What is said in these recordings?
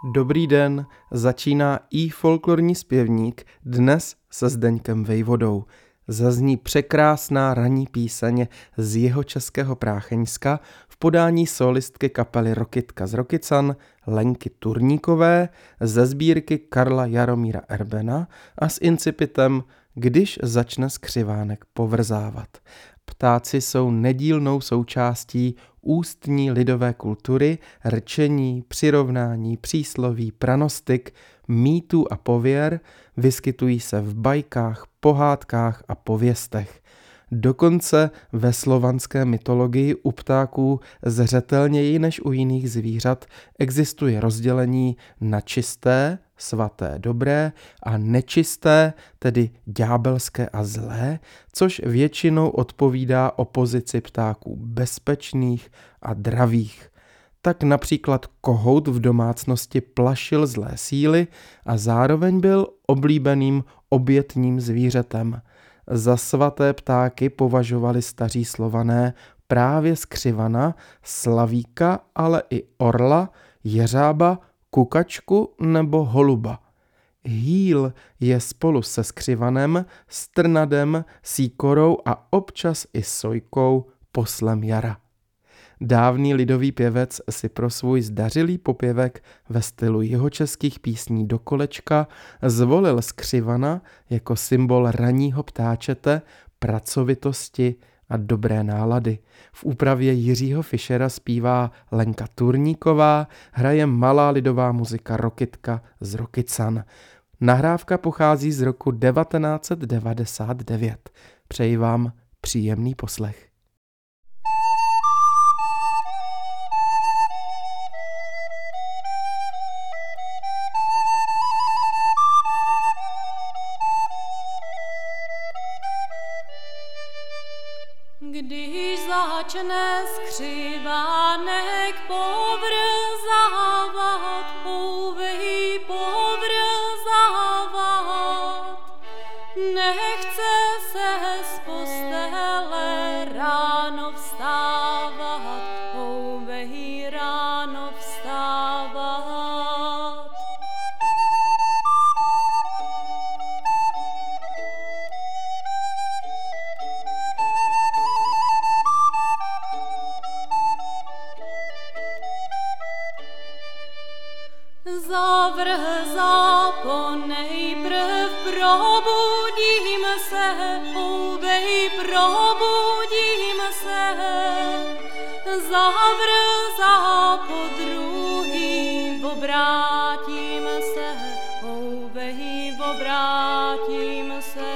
Dobrý den, začíná folklorní zpěvník dnes se Zdeňkem Vejvodou. Zazní překrásná ranní píseň z Jihočeského Prácheňska v podání solistky kapely Rokytka z Rokycan Lenky Turníkové ze sbírky Karla Jaromíra Erbena a s incipitem Když začne skřivánek povrzávat. Ptáci jsou nedílnou součástí ústní lidové kultury, rčení, přirovnání, přísloví, pranostyk, mýtů a pověr, vyskytují se v bajkách, pohádkách a pověstech. Dokonce ve slovanské mytologii u ptáků zřetelněji než u jiných zvířat existuje rozdělení na čisté, svaté, dobré a nečisté, tedy ďábelské a zlé, což většinou odpovídá opozici ptáků bezpečných a dravých. Tak například kohout v domácnosti plašil zlé síly a zároveň byl oblíbeným obětním zvířetem. Za svaté ptáky považovali staří Slované právě skřivana, slavíka, ale i orla, jeřába, kukačku nebo holuba. Hýl je spolu se skřivanem, strnadem, síkorou a občas i sojkou poslem jara. Dávný lidový pěvec si pro svůj zdařilý popěvek ve stylu jihočeských písní do kolečka zvolil skřivana jako symbol ranního ptáčete, pracovitosti a dobré nálady. V úpravě Jiřího Fischera zpívá Lenka Turníková, hraje malá lidová muzika Rokytka z Rokycan. Nahrávka pochází z roku 1999. Přeji vám příjemný poslech. Když začne skřivánek povrzávat, pouvej povrzávat, nechce se z postele ráno vstávat, pouvej ráno vstávat. Zavrhzá ponejprv probudím se, pouvej probudím se. Zavrhzá podruhý, obrátím se, pouvej obrátím se.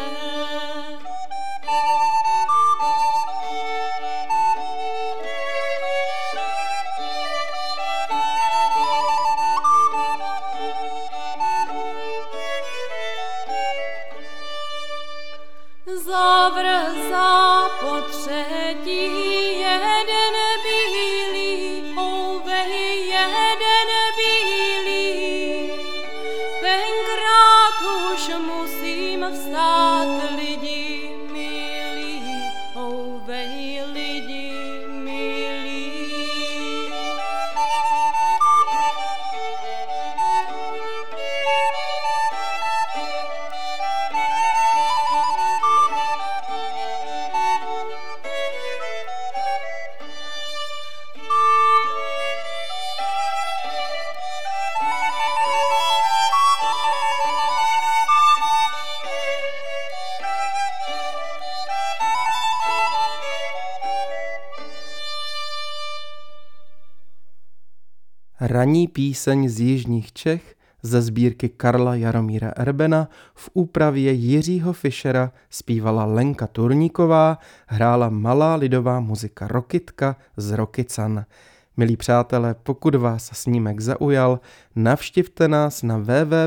Zavrhzá potřetí jeden bílý, pouvej jeden bílý. Tenkrát už musím vstát, lidi milí, pouvej lidi milí. Ranní píseň z jižních Čech ze sbírky Karla Jaromíra Erbena v úpravě Jiřího Fischera zpívala Lenka Turníková, hrála malá lidová muzika Rokytka z Rokycan. Milí přátelé, pokud vás snímek zaujal, navštivte nás na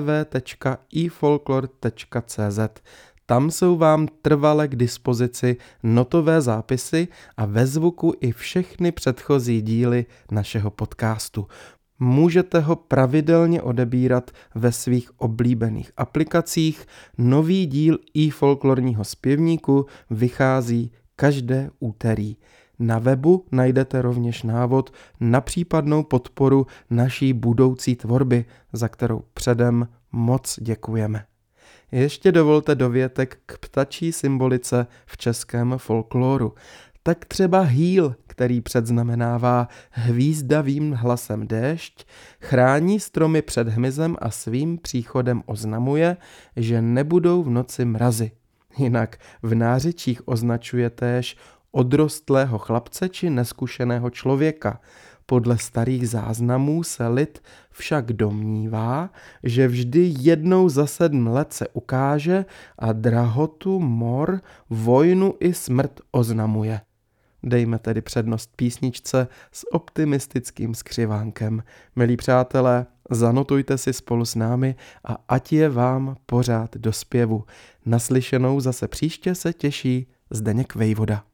www.ifolklor.cz. Tam jsou vám trvale k dispozici notové zápisy a ve zvuku i všechny předchozí díly našeho podcastu. Můžete ho pravidelně odebírat ve svých oblíbených aplikacích. Nový díl folklorního zpěvníku vychází každé úterý. Na webu najdete rovněž návod na případnou podporu naší budoucí tvorby, za kterou předem moc děkujeme. Ještě dovolte dovětek k ptačí symbolice v českém folkloru. Tak třeba hýl, který předznamenává hvízdavým hlasem déšť, chrání stromy před hmyzem a svým příchodem oznamuje, že nebudou v noci mrazy. Jinak v nářečích označuje též odrostlého chlapce či neskušeného člověka. Podle starých záznamů se lid však domnívá, že vždy jednou za 7 let se ukáže a drahotu, mor, vojnu i smrt oznamuje. Dejme tedy přednost písničce s optimistickým skřivánkem. Milí přátelé, zanotujte si spolu s námi a ať je vám pořád do zpěvu. Naslyšenou zase příště se těší Zdeněk Vejvoda.